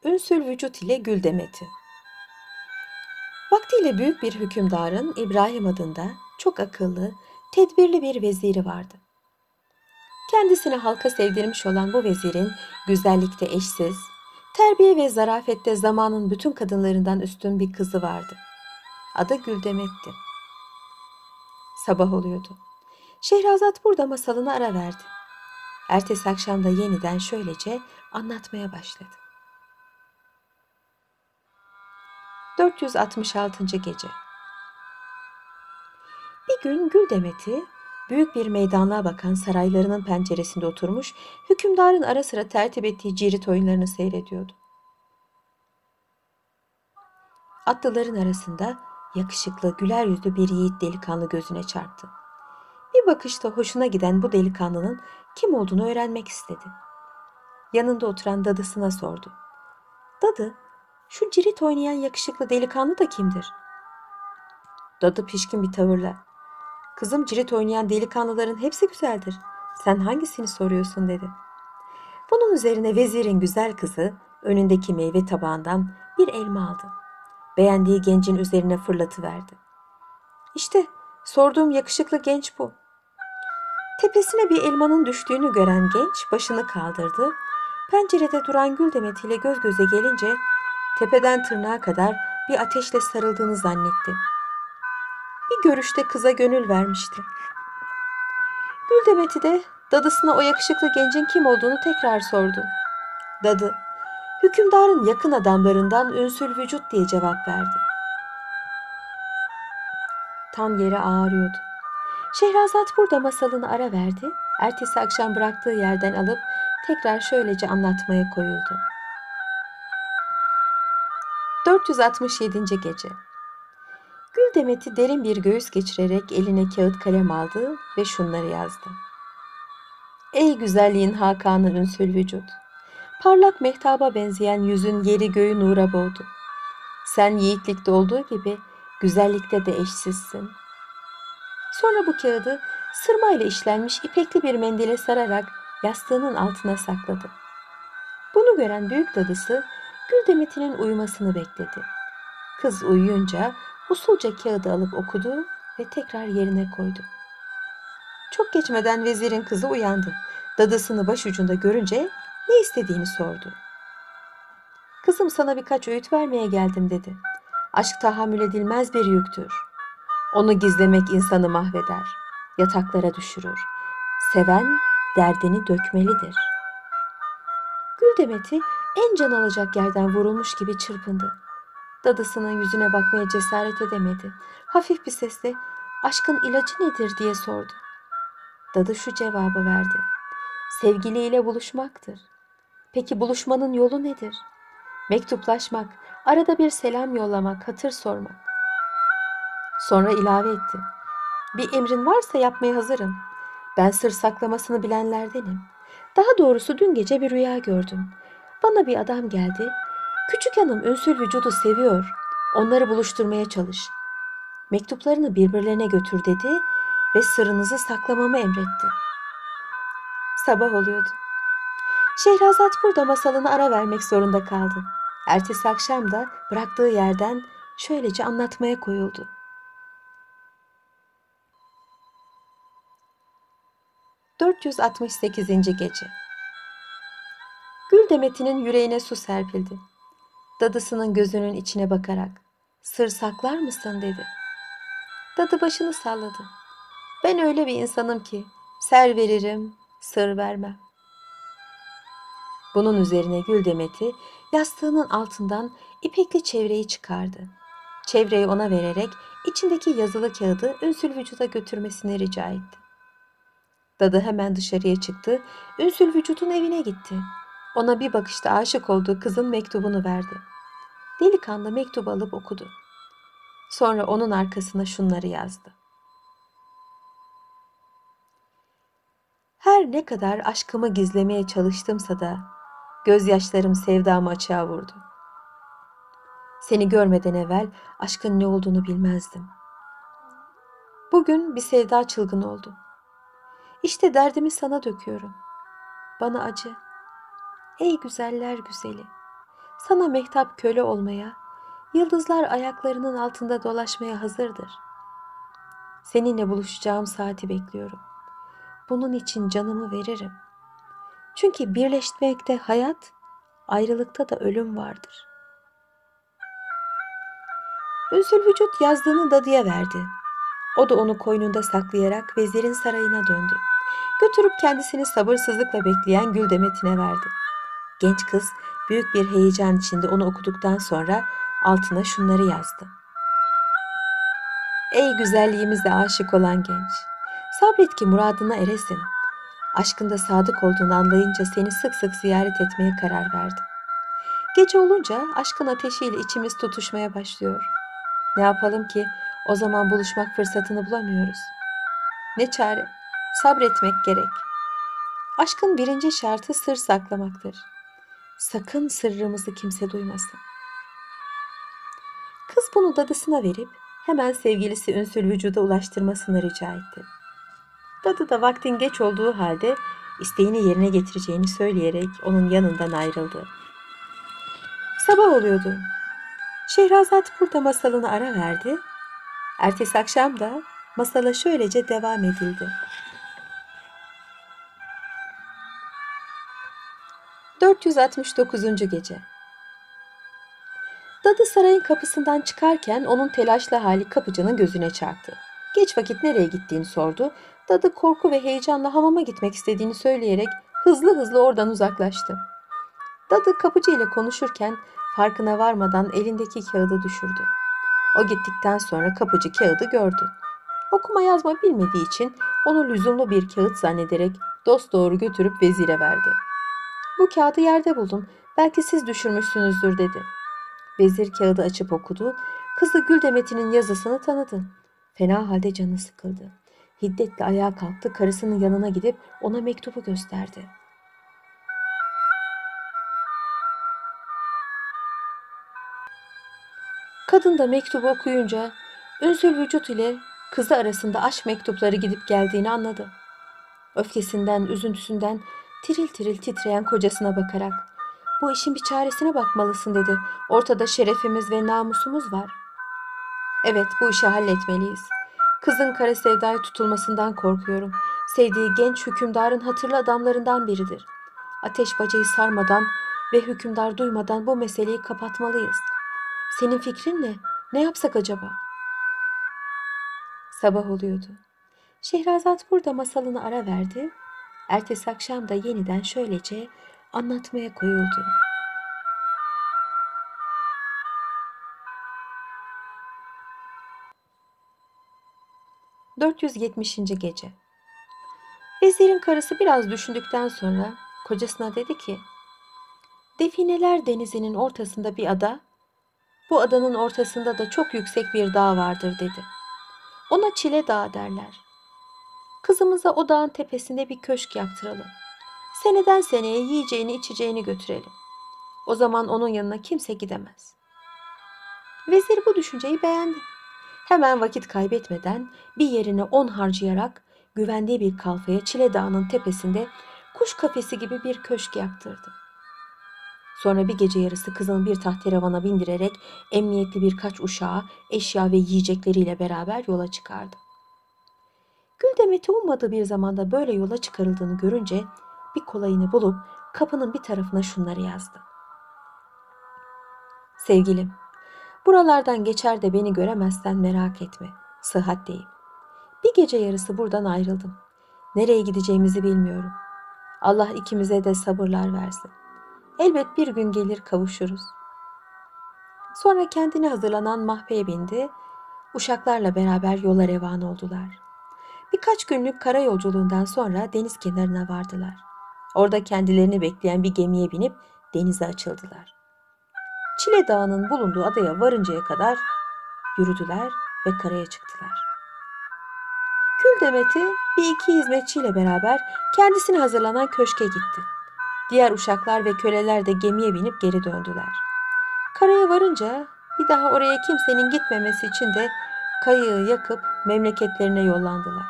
Ünsül vücut ile gül demeti. Vaktiyle büyük bir hükümdarın İbrahim adında çok akıllı, tedbirli bir veziri vardı. Kendisini halka sevdirmiş olan bu vezirin güzellikte eşsiz, terbiye ve zarafette zamanın bütün kadınlarından üstün bir kızı vardı. Adı Güldemet'ti. Sabah oluyordu. Şehrazat burada masalına ara verdi. Ertesi akşam da yeniden şöylece anlatmaya başladı. 466. Gece. Bir gün Gül Demeti büyük bir meydanlığa bakan saraylarının penceresinde oturmuş, hükümdarın ara sıra tertip ettiği cirit oyunlarını seyrediyordu. Atlıların arasında yakışıklı, güler yüzlü bir yiğit delikanlı gözüne çarptı. Bir bakışta hoşuna giden bu delikanlının kim olduğunu öğrenmek istedi. Yanında oturan dadısına sordu. Dadı, şu cirit oynayan yakışıklı delikanlı da kimdir? Dadı pişkin bir tavırla, kızım, cirit oynayan delikanlıların hepsi güzeldir. Sen hangisini soruyorsun dedi. Bunun üzerine vezirin güzel kızı önündeki meyve tabağından bir elma aldı. Beğendiği gencin üzerine fırlatıverdi. İşte sorduğum yakışıklı genç bu. Tepesine bir elmanın düştüğünü gören genç başını kaldırdı. Pencerede duran Gül Demet ile göz göze gelince tepeden tırnağa kadar bir ateşle sarıldığını zannetti. Bir görüşte kıza gönül vermişti. Gül Demet'i de dadısına o yakışıklı gencin kim olduğunu tekrar sordu. Dadı, hükümdarın yakın adamlarından Ünsül Vücut diye cevap verdi. Tan yere ağrıyordu. Şehrazat burada masalını ara verdi. Ertesi akşam bıraktığı yerden alıp tekrar şöylece anlatmaya koyuldu. 467. Gece. Gül Demet'i derin bir göğüs geçirerek eline kağıt kalem aldı ve şunları yazdı. Ey güzelliğin hakanı Ünsül Vücut! Parlak mehtaba benzeyen yüzün yeri göğü nura boğdu. Sen yiğitlikte olduğu gibi güzellikte de eşsizsin. Sonra bu kağıdı sırmayla işlenmiş ipekli bir mendile sararak yastığının altına sakladı. Bunu gören büyük dadısı Gül Demet'inin uyumasını bekledi. Kız uyuyunca usulca kağıdı alıp okudu ve tekrar yerine koydu. Çok geçmeden vezirin kızı uyandı. Dadısını başucunda görünce ne istediğini sordu. Kızım, sana birkaç öğüt vermeye geldim dedi. Aşk tahammül edilmez bir yüktür. Onu gizlemek insanı mahveder, yataklara düşürür. Seven derdini dökmelidir. Gül Demet'i en can alacak yerden vurulmuş gibi çırpındı. Dadısının yüzüne bakmaya cesaret edemedi. Hafif bir sesle aşkın ilacı nedir diye sordu. Dadı şu cevabı verdi. Sevgiliyle buluşmaktır. Peki buluşmanın yolu nedir? Mektuplaşmak, arada bir selam yollamak, hatır sormak. Sonra ilave etti. Bir emrin varsa yapmaya hazırım. Ben sır saklamasını bilenlerdenim. Daha doğrusu dün gece bir rüya gördüm. Bana bir adam geldi. Küçük hanım Ünsül Vücud'u seviyor. Onları buluşturmaya çalış. Mektuplarını birbirlerine götür dedi ve sırrınızı saklamamı emretti. Sabah oluyordu. Şehrazat burada masalını ara vermek zorunda kaldı. Ertesi akşam da bıraktığı yerden şöylece anlatmaya koyuldu. 468. Gece. Gül Demet'inin yüreğine su serpildi. Dadısının gözünün içine bakarak "Sır saklar mısın?" dedi. Dadı başını salladı. "Ben öyle bir insanım ki ser veririm, sır vermem." Bunun üzerine Gül Demet'i yastığının altından ipekli çevreyi çıkardı. Çevreyi ona vererek içindeki yazılı kağıdı Ünsül Vücud'a götürmesini rica etti. Dadı hemen dışarıya çıktı, Ünsül Vücud'un evine gitti. Ona bir bakışta aşık olduğu kızın mektubunu verdi. Delikanlı mektubu alıp okudu. Sonra onun arkasına şunları yazdı. Her ne kadar aşkımı gizlemeye çalıştımsa da gözyaşlarım sevdamı açığa vurdu. Seni görmeden evvel aşkın ne olduğunu bilmezdim. Bugün bir sevda çılgın oldu. İşte derdimi sana döküyorum. Bana acı. Ey güzeller güzeli. Sana mehtap köle olmaya, yıldızlar ayaklarının altında dolaşmaya hazırdır. Seninle buluşacağım saati bekliyorum. Bunun için canımı veririm. Çünkü birleşmekte hayat, ayrılıkta da ölüm vardır. Ünsül vücut yazdığını dadıya verdi. O da onu koynunda saklayarak vezirin sarayına döndü. Götürüp kendisini sabırsızlıkla bekleyen Güldemet'ine verdi. Genç kız büyük bir heyecan içinde onu okuduktan sonra altına şunları yazdı. Ey güzelliğimize aşık olan genç! Sabret ki muradına eresin. Aşkında sadık olduğunu anlayınca seni sık sık ziyaret etmeye karar verdim. Gece olunca aşkın ateşiyle içimiz tutuşmaya başlıyor. Ne yapalım ki o zaman buluşmak fırsatını bulamıyoruz. Ne çare, sabretmek gerek. Aşkın birinci şartı sır saklamaktır. Sakın sırrımızı kimse duymasın. Kız bunu dadısına verip hemen sevgilisi Ünsül vücuda ulaştırmasını rica etti. Dadı da vaktin geç olduğu halde isteğini yerine getireceğini söyleyerek onun yanından ayrıldı. Sabah oluyordu. Şehrazat burada masalını ara verdi. Ertesi akşam da masala şöylece devam edildi. 469. Gece. Dadı sarayın kapısından çıkarken onun telaşlı hali kapıcının gözüne çarptı. Geç vakit nereye gittiğini sordu. Dadı korku ve heyecanla hamama gitmek istediğini söyleyerek hızlı hızlı oradan uzaklaştı. Dadı kapıcı ile konuşurken farkına varmadan elindeki kağıdı düşürdü. O gittikten sonra kapıcı kağıdı gördü. Okuma yazma bilmediği için onu lüzumlu bir kağıt zannederek dosdoğru götürüp vezire verdi. Bu kağıdı yerde buldum. Belki siz düşürmüşsünüzdür dedi. Vezir kağıdı açıp okudu. Kızı Güldemet'in yazısını tanıdı. Fena halde canı sıkıldı. Hiddetle ayağa kalktı, karısının yanına gidip ona mektubu gösterdi. Kadın da mektubu okuyunca Ünsül vücut ile kızı arasında aşk mektupları gidip geldiğini anladı. Öfkesinden, üzüntüsünden tiril tiril titreyen kocasına bakarak "Bu işin bir çaresine bakmalısın" dedi. "Ortada şerefimiz ve namusumuz var. Evet, bu işi halletmeliyiz. Kızın kara sevdaya tutulmasından korkuyorum. Sevdiği genç hükümdarın hatırlı adamlarından biridir. Ateş bacayı sarmadan ve hükümdar duymadan bu meseleyi kapatmalıyız. Senin fikrin ne? Ne yapsak acaba?" Sabah oluyordu. Şehrazat burada masalını ara verdi. Ertesi akşam da yeniden şöylece anlatmaya koyuldu. 470. Gece. Vezirin karısı biraz düşündükten sonra kocasına dedi ki, "Defineler denizinin ortasında bir ada, bu adanın ortasında da çok yüksek bir dağ vardır" dedi. "Ona Çile Dağı derler. Kızımıza o dağın tepesinde bir köşk yaptıralım. Seneden seneye yiyeceğini içeceğini götürelim. O zaman onun yanına kimse gidemez." Vezir bu düşünceyi beğendi. Hemen vakit kaybetmeden bir yerine 10 harcayarak güvendiği bir kalfaya Çile Dağı'nın tepesinde kuş kafesi gibi bir köşk yaptırdı. Sonra bir gece yarısı kızını bir tahteravana bindirerek emniyetli birkaç uşağı, eşya ve yiyecekleriyle beraber yola çıkardı. Güldemet'i ummadığı bir zamanda böyle yola çıkarıldığını görünce bir kolayını bulup kapının bir tarafına şunları yazdı. "Sevgilim, buralardan geçer de beni göremezsen merak etme. Sıhhatteyim. Bir gece yarısı buradan ayrıldım. Nereye gideceğimizi bilmiyorum. Allah ikimize de sabırlar versin. Elbet bir gün gelir kavuşuruz." Sonra kendine hazırlanan mahpeye bindi. Uşaklarla beraber yola revan oldular. Birkaç günlük kara yolculuğundan sonra deniz kenarına vardılar. Orada kendilerini bekleyen bir gemiye binip denize açıldılar. Çile Dağı'nın bulunduğu adaya varıncaya kadar yürüdüler ve karaya çıktılar. Kül Demet'i bir iki hizmetçiyle beraber kendisine hazırlanan köşke gitti. Diğer uşaklar ve köleler de gemiye binip geri döndüler. Karaya varınca bir daha oraya kimsenin gitmemesi için de kayığı yakıp memleketlerine yollandılar.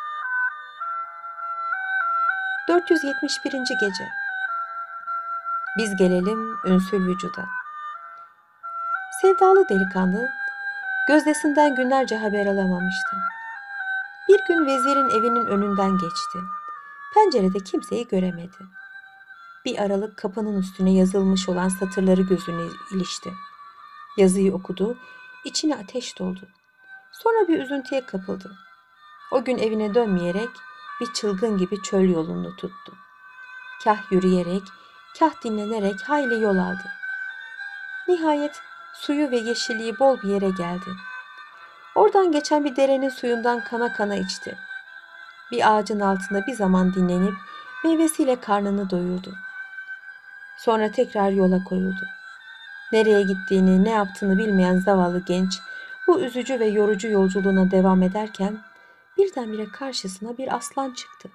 471. Gece. Biz gelelim ünsül vücuda. Sevdalı delikanlı gözdesinden günlerce haber alamamıştı. Bir gün vezirin evinin önünden geçti. Pencerede kimseyi göremedi. Bir aralık kapının üstüne yazılmış olan satırları gözüne ilişti. Yazıyı okudu, içine ateş doldu. Sonra bir üzüntüye kapıldı. O gün evine dönmeyerek bir çılgın gibi çöl yolunu tuttu. Kah yürüyerek, kah dinlenerek hayli yol aldı. Nihayet suyu ve yeşilliği bol bir yere geldi. Oradan geçen bir derenin suyundan kana kana içti. Bir ağacın altında bir zaman dinlenip meyvesiyle karnını doyurdu. Sonra tekrar yola koyuldu. Nereye gittiğini, ne yaptığını bilmeyen zavallı genç bu üzücü ve yorucu yolculuğuna devam ederken birdenbire karşısına bir aslan çıktı.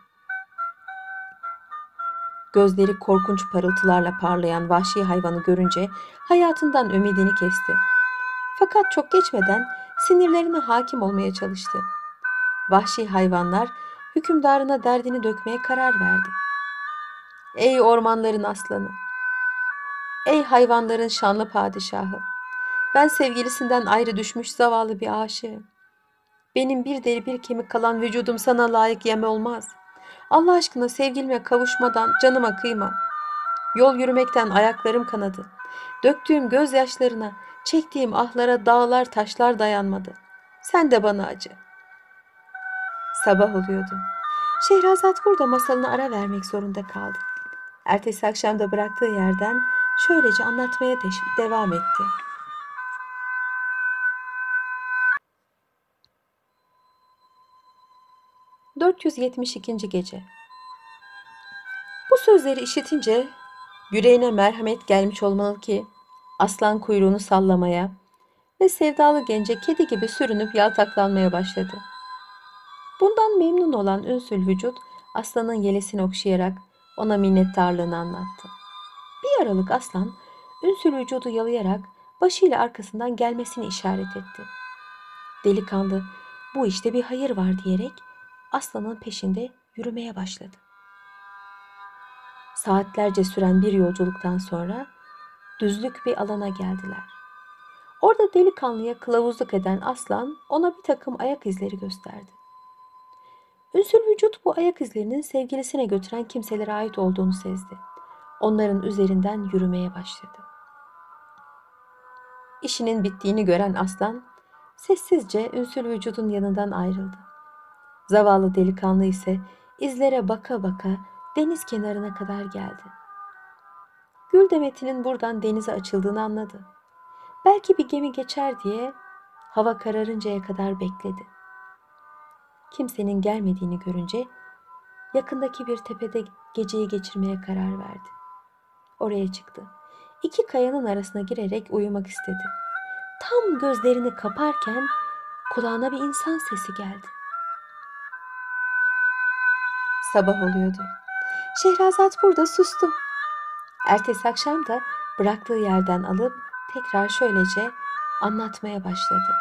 Gözleri korkunç parıltılarla parlayan vahşi hayvanı görünce hayatından ümidini kesti. Fakat çok geçmeden sinirlerine hakim olmaya çalıştı. Vahşi hayvanlar hükümdarına derdini dökmeye karar verdi. Ey ormanların aslanı! Ey hayvanların şanlı padişahı! Ben sevgilisinden ayrı düşmüş zavallı bir aşığım. Benim bir deri bir kemik kalan vücudum sana layık yem olmaz. Allah aşkına sevgilime kavuşmadan canıma kıyma. Yol yürümekten ayaklarım kanadı. Döktüğüm gözyaşlarına, çektiğim ahlara dağlar taşlar dayanmadı. Sen de bana acı. Sabah oluyordu. Şehrazat burada masalına ara vermek zorunda kaldı. Ertesi akşam da bıraktığı yerden şöylece anlatmaya devam etti. 472. Gece. Bu sözleri işitince yüreğine merhamet gelmiş olmalı ki aslan kuyruğunu sallamaya ve sevdalı gence kedi gibi sürünüp yaltaklanmaya başladı. Bundan memnun olan ünsül vücut aslanın yelesini okşayarak ona minnettarlığını anlattı. Bir aralık aslan ünsül vücudu yalayarak başıyla arkasından gelmesini işaret etti. Delikanlı bu işte bir hayır var diyerek aslanın peşinde yürümeye başladı. Saatlerce süren bir yolculuktan sonra düzlük bir alana geldiler. Orada delikanlıya kılavuzluk eden aslan ona bir takım ayak izleri gösterdi. Ünsül vücut bu ayak izlerinin sevgilisine götüren kimselere ait olduğunu sezdi. Onların üzerinden yürümeye başladı. İşinin bittiğini gören aslan sessizce ünsül vücudun yanından ayrıldı. Zavallı delikanlı ise izlere baka baka deniz kenarına kadar geldi. Gül demetinin buradan denize açıldığını anladı. Belki bir gemi geçer diye hava kararıncaya kadar bekledi. Kimsenin gelmediğini görünce yakındaki bir tepede geceyi geçirmeye karar verdi. Oraya çıktı. İki kayanın arasına girerek uyumak istedi. Tam gözlerini kaparken kulağına bir insan sesi geldi. Sabah oluyordu. Şehrazat burada sustu. Ertesi akşam da bıraktığı yerden alıp tekrar şöylece anlatmaya başladı.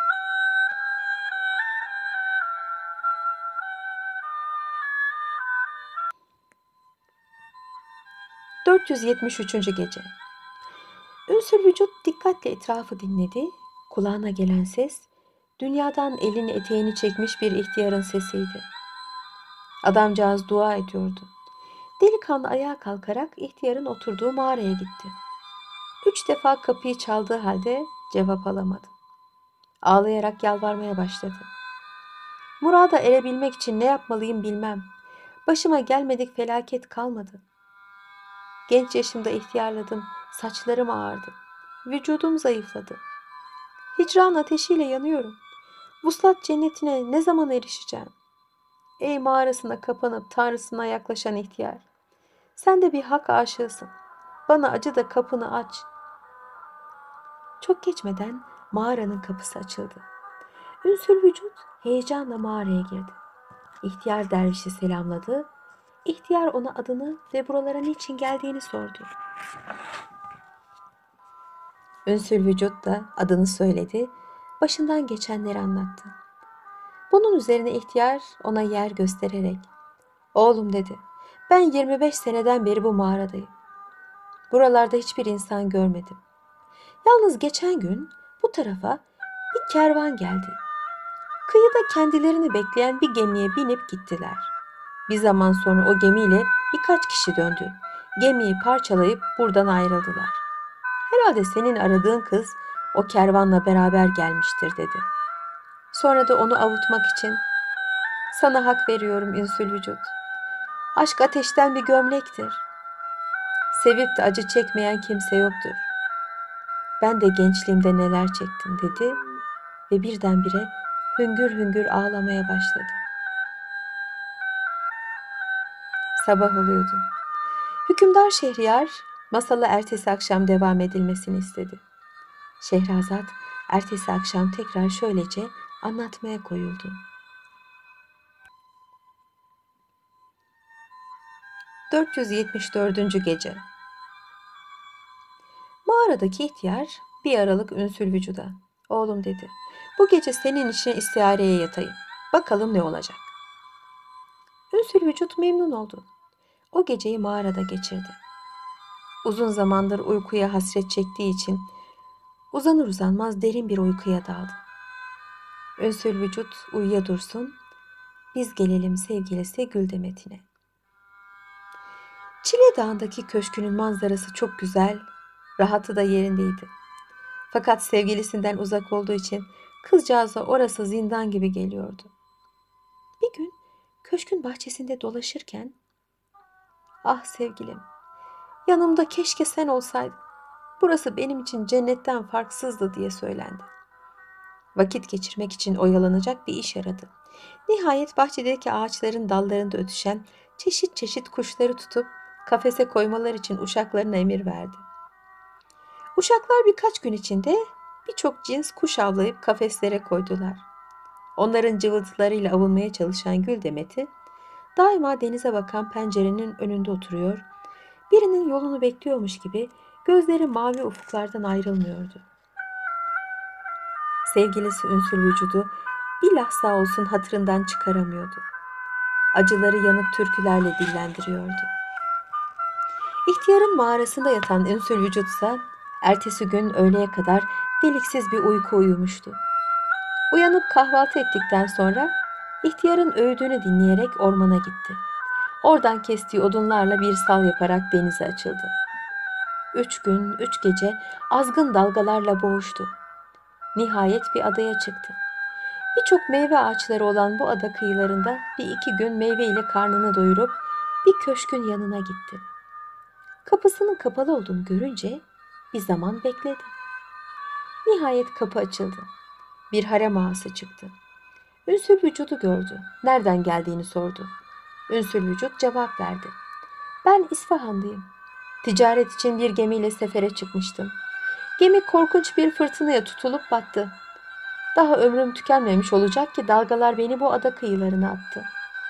473. Gece. Ünsül vücut dikkatle etrafı dinledi. Kulağına gelen ses, dünyadan elini eteğini çekmiş bir ihtiyarın sesiydi. Adamcağız dua ediyordu. Delikanlı ayağa kalkarak ihtiyarın oturduğu mağaraya gitti. 3 defa kapıyı çaldığı halde cevap alamadı. Ağlayarak yalvarmaya başladı. Murada erebilmek için ne yapmalıyım bilmem. Başıma gelmedik felaket kalmadı. Genç yaşımda ihtiyarladım, saçlarım ağardı. Vücudum zayıfladı. Hicran ateşiyle yanıyorum. Vuslat cennetine ne zaman erişeceğim? Ey mağarasına kapanıp Tanrısına yaklaşan ihtiyar. Sen de bir hak aşığısın. Bana acı da kapını aç. Çok geçmeden mağaranın kapısı açıldı. Ünsül vücut heyecanla mağaraya girdi. İhtiyar dervişi selamladı. İhtiyar ona adını ve buralara niçin geldiğini sordu. Ünsül vücut da adını söyledi, başından geçenleri anlattı. Bunun üzerine ihtiyar ona yer göstererek, "Oğlum," dedi, "ben 25 seneden beri bu mağaradayım. Buralarda hiçbir insan görmedim. Yalnız geçen gün bu tarafa bir kervan geldi. Kıyıda kendilerini bekleyen bir gemiye binip gittiler. Bir zaman sonra o gemiyle birkaç kişi döndü. Gemiyi parçalayıp buradan ayrıldılar. Herhalde senin aradığın kız o kervanla beraber gelmiştir dedi. Sonra da onu avutmak için sana hak veriyorum ünsül vücut. Aşk ateşten bir gömlektir. Sevip de acı çekmeyen kimse yoktur. Ben de gençliğimde neler çektim dedi ve birdenbire hüngür hüngür ağlamaya başladı. Sabah oluyordu. Hükümdar Şehriyar masala ertesi akşam devam edilmesini istedi. Şehrazat ertesi akşam tekrar şöylece anlatmaya koyuldu. 474. Gece. Mağaradaki ihtiyar bir aralık ünsül vücuda. Oğlum dedi. Bu gece senin için istihareye yatayım. Bakalım ne olacak. Ünsül vücut memnun oldu. O geceyi mağarada geçirdi. Uzun zamandır uykuya hasret çektiği için uzanır uzanmaz derin bir uykuya daldı. Ünsül vücut uyuya dursun, biz gelelim sevgilisi Güldemet'ine. Çile Dağı'ndaki köşkünün manzarası çok güzel, rahatı da yerindeydi. Fakat sevgilisinden uzak olduğu için kızcağıza orası zindan gibi geliyordu. Bir gün köşkün bahçesinde dolaşırken, "Ah sevgilim, yanımda keşke sen olsaydın. Burası benim için cennetten farksızdı," diye söylendi. Vakit geçirmek için oyalanacak bir iş aradı. Nihayet bahçedeki ağaçların dallarında ötüşen çeşit çeşit kuşları tutup kafese koymalar için uşaklarına emir verdi. Uşaklar birkaç gün içinde birçok cins kuş avlayıp kafeslere koydular. Onların cıvıltılarıyla avunmaya çalışan Güldemet'i daima denize bakan pencerenin önünde oturuyor, birinin yolunu bekliyormuş gibi gözleri mavi ufuklardan ayrılmıyordu. Sevgilisi ünsül vücudu bilhassa olsun hatırından çıkaramıyordu. Acıları yanık türkülerle dillendiriyordu. İhtiyarın mağarasında yatan ünsül vücutsa ertesi gün öğleye kadar deliksiz bir uyku uyumuştu. Uyanıp kahvaltı ettikten sonra ihtiyarın öğüdünü dinleyerek ormana gitti. Oradan kestiği odunlarla bir sal yaparak denize açıldı. 3 gün, 3 gece azgın dalgalarla boğuştu. Nihayet bir adaya çıktı. Birçok meyve ağaçları olan bu ada kıyılarında bir iki gün meyveyle karnını doyurup bir köşkün yanına gitti. Kapısının kapalı olduğunu görünce bir zaman bekledi. Nihayet kapı açıldı. Bir harem ağası çıktı. Ünsül vücudu gördü. Nereden geldiğini sordu. Ünsül vücut cevap verdi. Ben İsfahanlıyım. Ticaret için bir gemiyle sefere çıkmıştım. Gemi korkunç bir fırtınaya tutulup battı. Daha ömrüm tükenmemiş olacak ki dalgalar beni bu ada kıyılarına attı.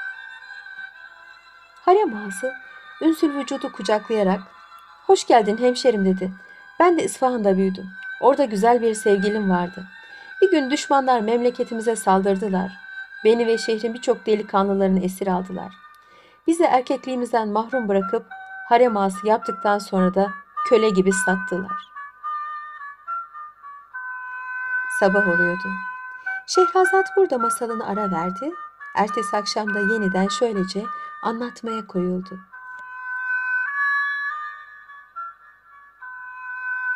Harem ağası ünsül vücudu kucaklayarak "Hoş geldin hemşerim," dedi. "Ben de İsfahan'da büyüdüm. Orada güzel bir sevgilim vardı. Bir gün düşmanlar memleketimize saldırdılar. Beni ve şehrin birçok delikanlılarını esir aldılar. Bizi erkekliğimizden mahrum bırakıp harem ağası yaptıktan sonra da köle gibi sattılar." Sabah oluyordu. Şehrazat burada masalını ara verdi. Ertesi akşam da yeniden şöylece anlatmaya koyuldu.